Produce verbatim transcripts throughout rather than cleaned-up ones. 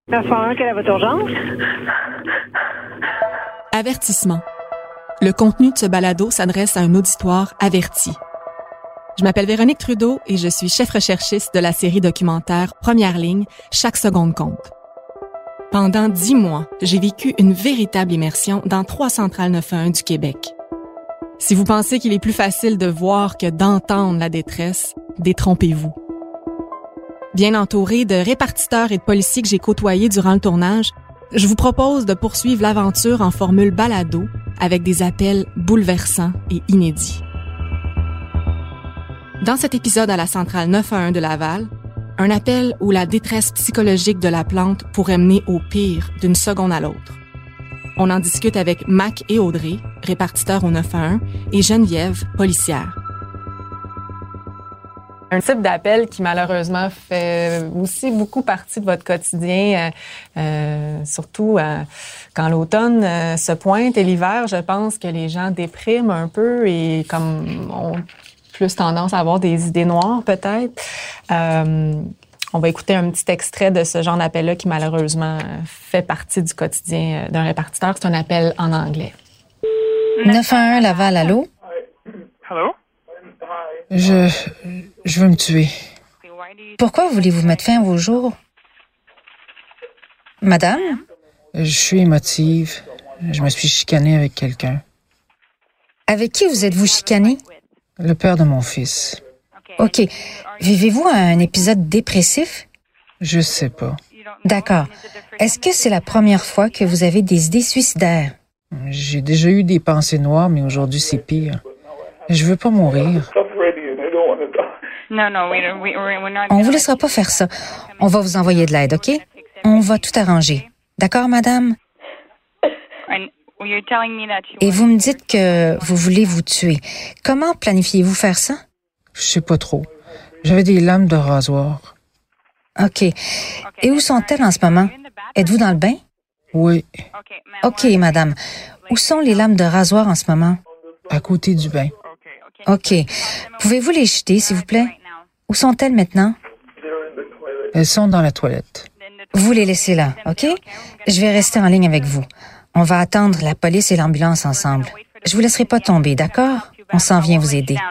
neuf un un, quelle est votre urgence? Avertissement. Le contenu de ce balado s'adresse à un auditoire averti. Je m'appelle Véronique Trudeau et je suis chef recherchiste de la série documentaire Première ligne, Chaque seconde compte. Pendant dix mois, j'ai vécu une véritable immersion dans trois centrales neuf un un du Québec. Si vous pensez qu'il est plus facile de voir que d'entendre la détresse, détrompez-vous. Bien entouré de répartiteurs et de policiers que j'ai côtoyés durant le tournage, je vous propose de poursuivre l'aventure en formule balado avec des appels bouleversants et inédits. Dans cet épisode à la centrale neuf un un de Laval, un appel où la détresse psychologique de la plante pourrait mener au pire d'une seconde à l'autre. On en discute avec Mac et Audrey, répartiteurs au neuf un un, et Geneviève, policière. Un type d'appel qui, malheureusement, fait aussi beaucoup partie de votre quotidien, euh, euh, surtout euh, quand l'automne euh, se pointe et l'hiver, je pense que les gens dépriment un peu et comme ont plus tendance à avoir des idées noires, peut-être. Euh, on va écouter un petit extrait de ce genre d'appel-là qui, malheureusement, fait partie du quotidien d'un répartiteur. C'est un appel en anglais. neuf un un Laval, allô? Hello? Je... je veux me tuer. Pourquoi voulez-vous mettre fin à vos jours? Madame? Je suis émotive. Je me suis chicanée avec quelqu'un. Avec qui vous êtes-vous chicanée? Le père de mon fils. OK. Vivez-vous un épisode dépressif? Je sais pas. D'accord. Est-ce que c'est la première fois que vous avez des idées suicidaires? J'ai déjà eu des pensées noires, mais aujourd'hui, c'est pire. Je veux pas mourir. On vous laissera pas faire ça. On va vous envoyer de l'aide, OK? On va tout arranger. D'accord, madame? Et vous me dites que vous voulez vous tuer. Comment planifiez-vous faire ça? Je sais pas trop. J'avais des lames de rasoir. OK. Et où sont-elles en ce moment? Êtes-vous dans le bain? Oui. OK, madame. Où sont les lames de rasoir en ce moment? À côté du bain. OK. Pouvez-vous les jeter, s'il vous plaît? Où sont-elles maintenant? Elles sont dans la toilette. Vous les laissez là, OK? Je vais rester en ligne avec vous. On va attendre la police et l'ambulance ensemble. Je vous laisserai pas tomber, d'accord? On s'en vient vous aider.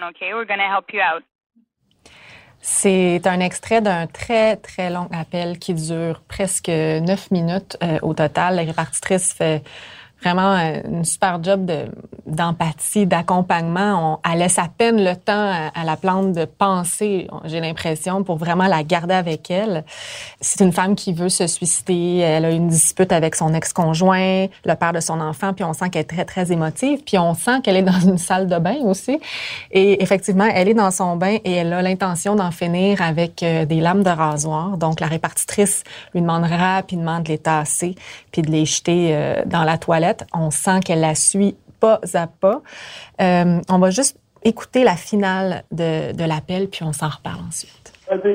C'est un extrait d'un très, très long appel qui dure presque neuf minutes euh, au total. La répartitrice fait vraiment euh, une super job de, d'empathie, d'accompagnement. On, elle laisse à peine le temps à, à la plante de penser, j'ai l'impression, pour vraiment la garder avec elle. C'est une femme qui veut se suicider. Elle a une dispute avec son ex-conjoint, le père de son enfant, puis on sent qu'elle est très, très émotive. Puis on sent qu'elle est dans une salle de bain aussi. Et effectivement, elle est dans son bain et elle a l'intention d'en finir avec euh, des lames de rasoir. Donc, la répartitrice lui demande rapidement de les tasser puis de les jeter euh, dans la toilette. On sent qu'elle la suit pas à pas. Euh, on va juste écouter la finale de, de l'appel, puis on s'en reparle ensuite.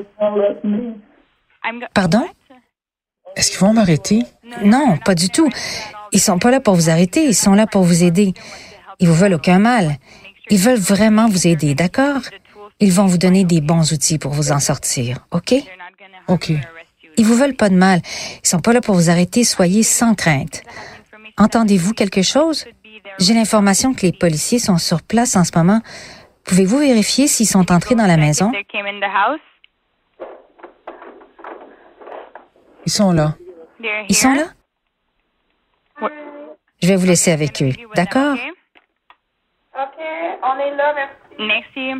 Pardon? Est-ce qu'ils vont m'arrêter? Non, pas du tout. Ils sont pas là pour vous arrêter, ils sont là pour vous aider. Ils vous veulent aucun mal. Ils veulent vraiment vous aider, d'accord? Ils vont vous donner des bons outils pour vous en sortir, OK? OK. Ils vous veulent pas de mal. Ils sont pas là pour vous arrêter, soyez sans crainte. Entendez-vous quelque chose? J'ai l'information que les policiers sont sur place en ce moment. Pouvez-vous vérifier s'ils sont entrés dans la maison? Ils sont là. Ils sont là? Je vais vous laisser avec eux, d'accord? OK, on est là, merci. Merci.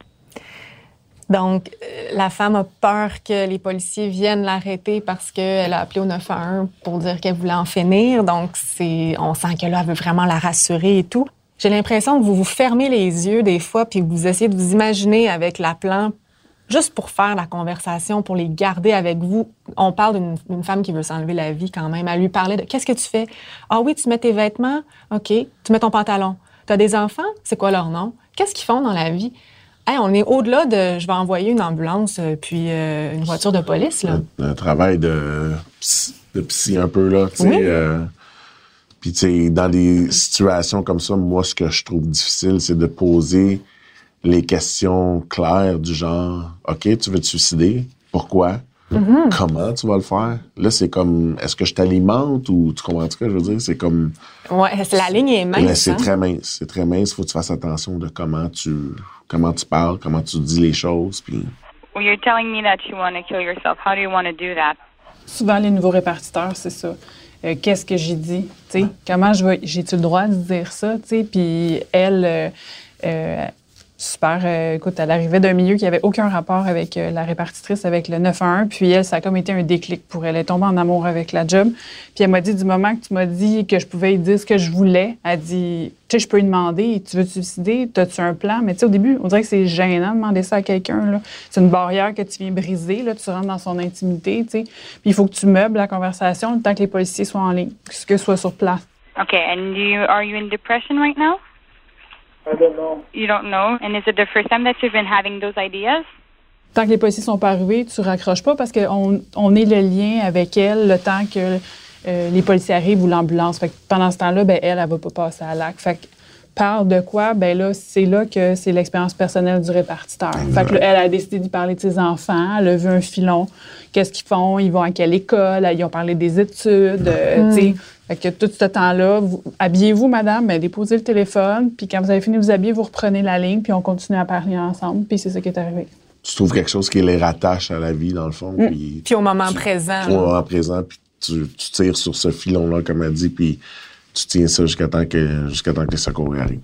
Donc, la femme a peur que les policiers viennent l'arrêter parce qu'elle a appelé au neuf un un pour dire qu'elle voulait en finir. Donc, c'est, on sent que là, elle veut vraiment la rassurer et tout. J'ai l'impression que vous vous fermez les yeux des fois puis vous essayez de vous imaginer avec l'appelant juste pour faire la conversation, pour les garder avec vous. On parle d'une, d'une femme qui veut s'enlever la vie quand même. Elle lui parlait de « Qu'est-ce que tu fais? »« Ah oui, tu mets tes vêtements? OK. Tu mets ton pantalon. Tu as des enfants? C'est quoi leur nom? Qu'est-ce qu'ils font dans la vie? » Hey, on est au-delà de « je vais envoyer une ambulance euh, puis euh, une voiture de police ». Là. Un, un travail de psy, de psy un peu, là, tu sais. Oui. Euh, puis, tu sais, dans des situations comme ça, moi, ce que je trouve difficile, c'est de poser les questions claires du genre « OK, tu veux te suicider? Pourquoi? Mm-hmm. Comment tu vas le faire? Là, c'est comme, est-ce que je t'alimente ou tu comprends ce que je veux dire? C'est comme... Ouais, la ligne est mince. Là, c'est hein? très mince. C'est très mince. Il faut que tu fasses attention de comment tu, comment tu parles, comment tu dis les choses. Puis... Well, you're telling me that you want to kill yourself. How do you want to do that? Souvent, les nouveaux répartiteurs, c'est ça. Euh, qu'est-ce que j'ai dit? T'sais? Comment je vais... J'ai-tu le droit de dire ça? T'sais? Puis elle... Euh, euh, Super. Euh, écoute, elle arrivait d'un milieu qui n'avait aucun rapport avec euh, la répartitrice, avec le neuf un un. Puis elle, ça a comme été un déclic pour elle. Elle est tombée en amour avec la job. Puis elle m'a dit, du moment que tu m'as dit que je pouvais lui dire ce que je voulais, elle dit, tu sais, je peux lui demander, tu veux te suicider? As-tu un plan? Mais tu sais, au début, on dirait que c'est gênant de demander ça à quelqu'un, là. C'est une barrière que tu viens briser, là. Tu rentres dans son intimité, tu sais. Puis il faut que tu meubles la conversation le temps que les policiers soient en ligne, que ce soit sur place. OK. And you, are you in depression right now? I don't know. You don't know? And is it the first time that you've been having those ideas? Tant que les policiers sont pas arrivés, tu raccroches pas parce qu'on on est le lien avec elle le temps que euh, les policiers arrivent ou l'ambulance. Fait que pendant ce temps-là, ben elle, elle va pas passer à l'acte. Fait que parle de quoi? Ben là, c'est là que c'est l'expérience personnelle du répartiteur. Fait que là, elle a décidé d'y parler de ses enfants. Elle a vu un filon. Qu'est-ce qu'ils font? Ils vont à quelle école? Ils ont parlé des études. Euh, mm. tu sais. Fait que tout ce temps-là, vous, habillez-vous, madame, ben, déposez le téléphone, puis quand vous avez fini de vous habiller, vous reprenez la ligne, puis on continue à parler ensemble, puis c'est ça qui est arrivé. Tu trouves quelque chose qui les rattache à la vie, dans le fond. Mm. Puis, puis au moment tu, présent. Au moment présent, puis tu, tu tires sur ce filon-là, comme elle dit, puis tu tiens ça jusqu'à temps que, jusqu'à temps que les secours arrivent.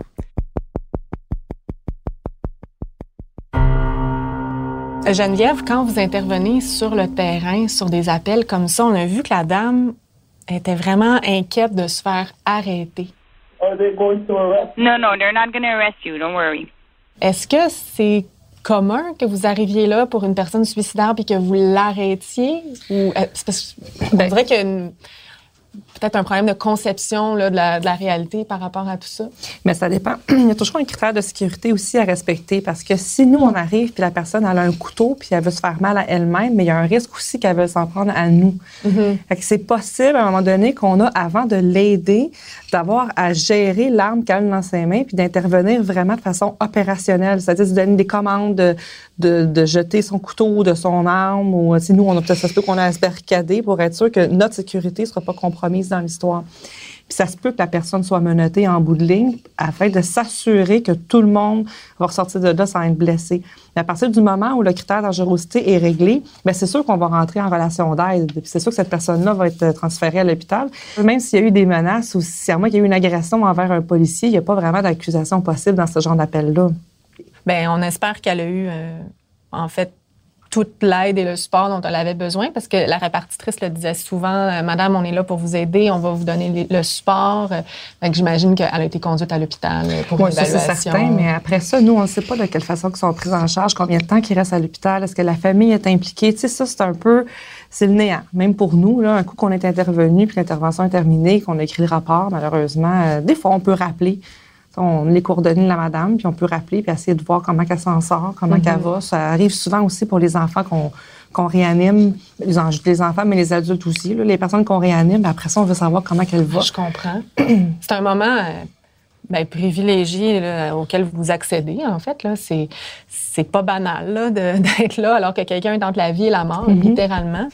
Geneviève, quand vous intervenez sur le terrain, sur des appels comme ça, on a vu que la dame était vraiment inquiète de se faire arrêter. Are they going to arrest? No, no, they're not going to arrest you. Don't worry. Est-ce que c'est commun que vous arriviez là pour une personne suicidaire puis que vous l'arrêtiez? Ou c'est parce que on dirait qu'il y a une, peut-être un problème de conception là, de, la, de la réalité par rapport à tout ça? Mais ça dépend. Il y a toujours un critère de sécurité aussi à respecter parce que si nous, on arrive puis la personne elle a un couteau puis elle veut se faire mal à elle-même, mais il y a un risque aussi qu'elle veut s'en prendre à nous. Mm-hmm. Fait que c'est possible à un moment donné qu'on a, avant de l'aider, d'avoir à gérer l'arme qu'elle a dans ses mains puis d'intervenir vraiment de façon opérationnelle, c'est-à-dire de donner des commandes de, de, de jeter son couteau de son arme ou nous, on a peut-être ça se peut qu'on a à se barricader pour être sûr que notre sécurité ne sera pas compromise dans l'histoire. Puis ça se peut que la personne soit menottée en bout de ligne afin de s'assurer que tout le monde va ressortir de là sans être blessé. Mais à partir du moment où le critère de dangerosité est réglé, bien, c'est sûr qu'on va rentrer en relation d'aide. Puis c'est sûr que cette personne-là va être transférée à l'hôpital. Même s'il y a eu des menaces ou si à moins qu'il y a eu une agression envers un policier, il n'y a pas vraiment d'accusation possible dans ce genre d'appel-là. Bien, on espère qu'elle a eu, euh, en fait, toute l'aide et le support dont elle avait besoin, parce que la répartitrice le disait souvent, euh, « Madame, on est là pour vous aider, on va vous donner le support. » Donc, j'imagine qu'elle a été conduite à l'hôpital pour oui, une évaluation. Ça, c'est certain, mais après ça, nous, on ne sait pas de quelle façon ils sont pris en charge, combien de temps ils restent à l'hôpital, est-ce que la famille est impliquée. Tu sais, ça, c'est un peu... C'est le néant. Même pour nous, là, un coup qu'on est intervenu puis l'intervention est terminée, qu'on a écrit le rapport, malheureusement, euh, des fois, on peut rappeler. On les coordonnées de la madame, puis on peut rappeler, puis essayer de voir comment elle s'en sort, comment mm-hmm. elle va. Ça arrive souvent aussi pour les enfants qu'on, qu'on réanime, les, en, les enfants, mais les adultes aussi. Là, les personnes qu'on réanime, après ça, on veut savoir comment elle va. Je comprends. C'est un moment euh, ben, privilégié là, auquel vous accédez, en fait. Là. C'est, c'est pas banal là, de, d'être là alors que quelqu'un est entre la vie et la mort, mm-hmm. littéralement.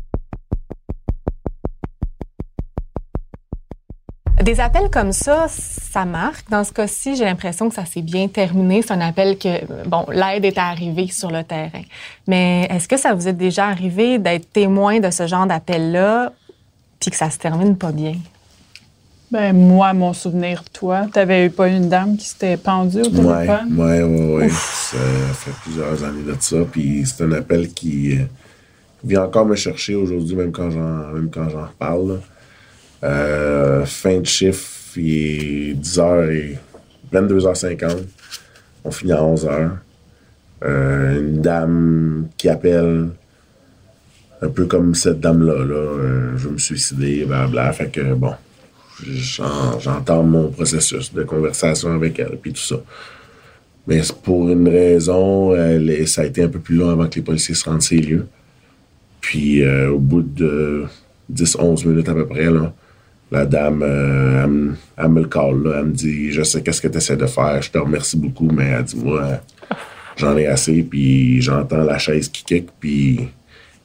Des appels comme ça, ça marque. Dans ce cas-ci, j'ai l'impression que ça s'est bien terminé. C'est un appel que, bon, l'aide est arrivée sur le terrain. Mais est-ce que ça vous est déjà arrivé d'être témoin de ce genre d'appel-là puis que ça se termine pas bien? Ben moi, mon souvenir, toi, t'avais eu pas une dame qui s'était pendue au téléphone? Oui, oui, oui. Ça fait plusieurs années de ça. Puis c'est un appel qui euh, vient encore me chercher aujourd'hui, même quand j'en, même quand j'en reparle, là. Euh, fin de chiffre, il est dix heures et vingt-deux heures cinquante. On finit à onze heures. Euh, une dame qui appelle, un peu comme cette dame-là, là, euh, je veux me suicider, blablabla. Fait que bon, j'en, j'entends mon processus de conversation avec elle, puis tout ça. Mais c'est pour une raison, elle, ça a été un peu plus long avant que les policiers se rendent ces lieux. Puis euh, au bout de dix à onze minutes à peu près, là, la dame, euh, elle, me, elle me le call, là, elle me dit « Je sais qu'est-ce que tu essaies de faire, je te remercie beaucoup, mais elle dit « Moi, j'en ai assez, puis j'entends la chaise qui kick, puis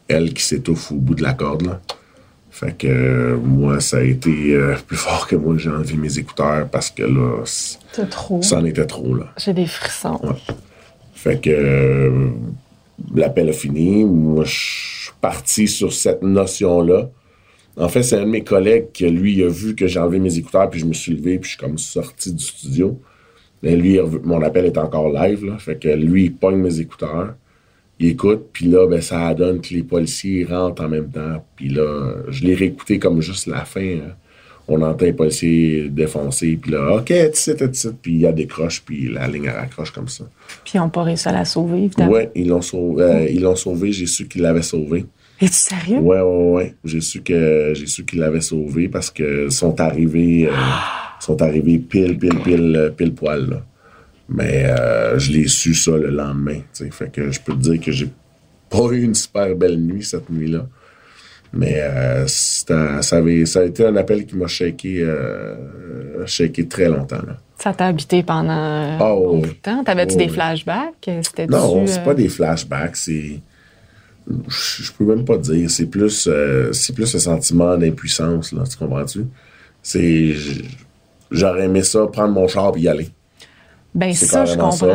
elle qui s'étouffe au bout de la corde, là. Fait que euh, moi, ça a été euh, plus fort que moi. J'ai enlevé mes écouteurs parce que là, c'est trop. Ça en était trop, là. J'ai des frissons. Ouais. Fait que euh, l'appel a fini. Moi, je suis parti sur cette notion-là. En fait, c'est un de mes collègues qui, lui, il a vu que j'ai enlevé mes écouteurs, puis je me suis levé, puis je suis comme sorti du studio. Mais lui, mon appel est encore live, là. Fait que lui, il pogne mes écouteurs. Il écoute, puis là, ben, ça donne que les policiers rentrent en même temps. Puis là, je l'ai réécouté comme juste la fin. Hein. On entend les policiers défoncer, puis là, OK, tu sais, tu sais, puis il y a des croches, puis la ligne elle raccroche comme ça. Puis ils n'ont pas réussi à la sauver, évidemment. Oui, ils l'ont sauvé. Euh, ils l'ont sauvé, j'ai su qu'ils l'avaient sauvé. Es-tu sérieux? Oui, oui, oui. J'ai su que j'ai su qu'ils l'avaient sauvé parce que sont arrivés, euh, sont arrivés pile, pile, pile, pile poil, là. Mais euh, je l'ai su ça le lendemain. T'sais. Fait que je peux te dire que j'ai pas eu une super belle nuit cette nuit-là. Mais euh, un, ça, avait, ça a été un appel qui m'a shaké, euh, shaké très longtemps. Là. Ça t'a habité pendant oh, beaucoup de temps? T'avais-tu oh, des flashbacks? C'était non, tu, c'est euh... pas des flashbacks. C'est... Je peux même pas dire. C'est plus, euh, c'est plus le sentiment d'impuissance. Là, tu comprends-tu? C'est... J'aurais aimé ça, prendre mon char et y aller. Ben c'est ça, je comprends. Ça,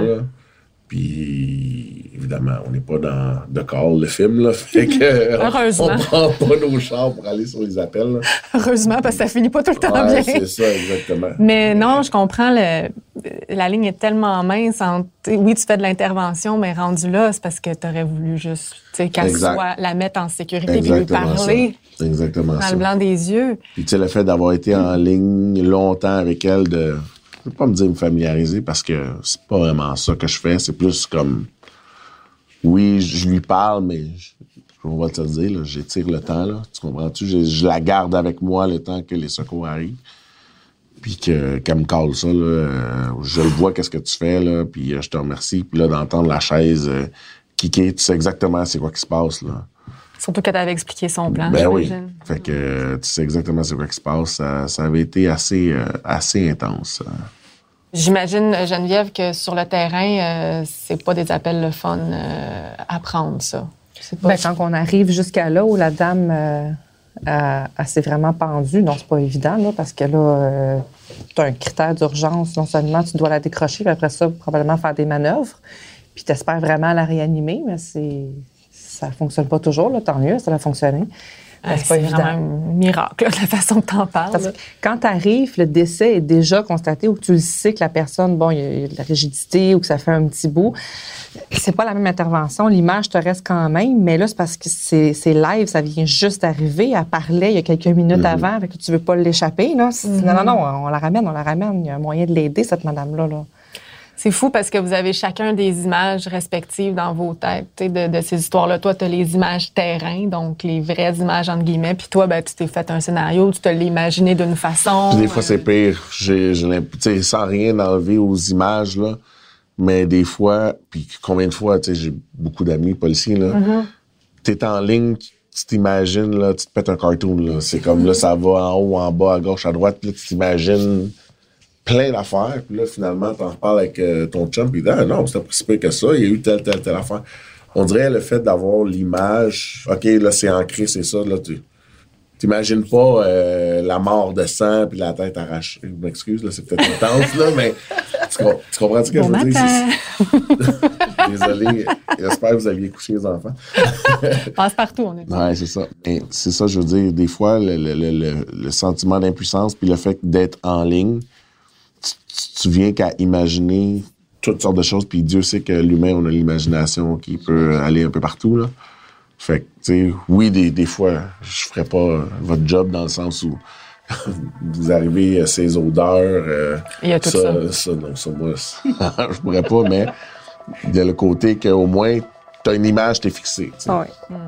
puis, évidemment, on n'est pas dans The Call, le film, là. Fait que, heureusement. On prend pas nos chars pour aller sur les appels, là. Heureusement, parce que ça finit pas tout le temps ouais, bien. c'est ça, exactement. Mais non, je comprends, le, la ligne est tellement mince entre, oui, tu fais de l'intervention, mais rendu là, c'est parce que tu aurais voulu juste, tu sais, qu'elle soit, la mettre en sécurité et lui parler. Ça. Exactement dans ça. le blanc des yeux. Puis, tu sais, le fait d'avoir été en ligne longtemps avec elle, de... Je ne peux pas me dire me familiariser parce que c'est pas vraiment ça que je fais. C'est plus comme... Oui, je lui parle, mais je, on va te le dire, là, j'étire le temps, là. Tu comprends-tu? Je, je la garde avec moi le temps que les secours arrivent. Puis que, qu'elle me cale ça, là, euh, je le vois, qu'est-ce que tu fais, là, puis euh, je te remercie. Puis là, d'entendre la chaise euh, kicker, tu sais exactement c'est quoi qui se passe, là. Surtout que tu avais expliqué son plan. Ben oui. Fait que euh, tu sais exactement c'est quoi qui se passe. Ça, ça avait été assez, euh, assez intense. Euh. J'imagine, Geneviève, que sur le terrain, euh, c'est pas des appels le fun euh, à prendre, ça. C'est pas ben, quand on arrive jusqu'à là où la dame euh, elle, elle s'est vraiment pendue, non, c'est pas évident, là, parce que là, euh, tu as un critère d'urgence. Non seulement tu dois la décrocher, puis après ça, probablement faire des manœuvres. Puis tu espères vraiment la réanimer, mais c'est... ça fonctionne pas toujours, là, tant mieux, ça a fonctionné. Ah, c'est, c'est pas évident. Vraiment un miracle, là, de la façon que tu en parles. Parce que quand tu arrives, le décès est déjà constaté ou que tu le sais que la personne, bon, il y a de la rigidité ou que ça fait un petit bout, c'est pas la même intervention. L'image te reste quand même, mais là, c'est parce que c'est, c'est live, ça vient juste d'arriver. Elle parlait il y a quelques minutes mm-hmm. avant, avec que tu veux pas l'échapper, là. Mm-hmm. Non, non, non, on la ramène, on la ramène. Il y a un moyen de l'aider, cette madame-là, là. C'est fou parce que vous avez chacun des images respectives dans vos têtes de, de ces histoires-là. Toi, tu as les images terrain, donc les vraies images, entre guillemets. Puis toi, ben, tu t'es fait un scénario, tu te l'as imaginé d'une façon. Puis des fois, c'est pire. J'ai, j'ai sans rien enlever aux images, là. Mais des fois, puis combien de fois, tu sais, j'ai beaucoup d'amis policiers, là. Mm-hmm. T'es en ligne, tu t'imagines, là, tu te pètes un cartoon, là. C'est comme, là, ça va en haut, en bas, à gauche, à droite. Puis là, tu t'imagines plein d'affaires, puis là, finalement, t'en reparles avec euh, ton chum, puis ah non, c'était pas si pire que ça, il y a eu telle, telle, telle affaire. On dirait le fait d'avoir l'image, OK, là, c'est ancré, c'est ça, là, tu t'imagines pas euh, la mort de sang, puis la tête arrachée. Je m'excuse, là, c'est peut-être intense, là, mais tu, tu comprends ce que bon je veux matin. dire? Désolé, j'espère que vous aviez couché les enfants. Passe partout, on est pas. Ouais, c'est ça. Et c'est ça, je veux dire, des fois, le, le, le, le sentiment d'impuissance, puis le fait d'être en ligne, Tu, tu viens qu'à imaginer toutes sortes de choses, puis Dieu sait que l'humain, on a l'imagination qui peut aller un peu partout, là. Fait que, tu sais, oui, des, des fois, je ferais pas votre job dans le sens où vous arrivez à ces odeurs. Euh, Il y a tout ça. Ça, ça non, ça, moi, ça, je pourrais pas, mais il y a le côté qu'au moins, t'as une image, t'es fixé. Ah oui. Mm.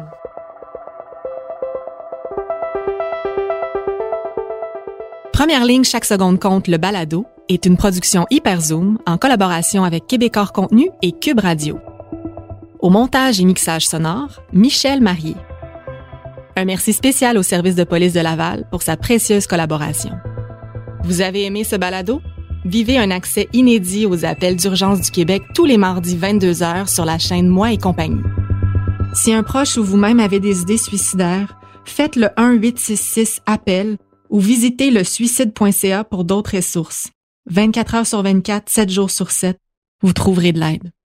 Première ligne, chaque seconde compte, le balado, est une production Hyperzoom en collaboration avec Québecor Contenu et Cube Radio. Au montage et mixage sonore, Michel Marié. Un merci spécial au service de police de Laval pour sa précieuse collaboration. Vous avez aimé ce balado? Vivez un accès inédit aux appels d'urgence du Québec tous les mardis vingt-deux heures sur la chaîne Moi et compagnie. Si un proche ou vous-même avez des idées suicidaires, faites le un huit six six appel ou visitez le suicide point c a pour d'autres ressources. vingt-quatre heures sur vingt-quatre, sept jours sur sept, vous trouverez de l'aide.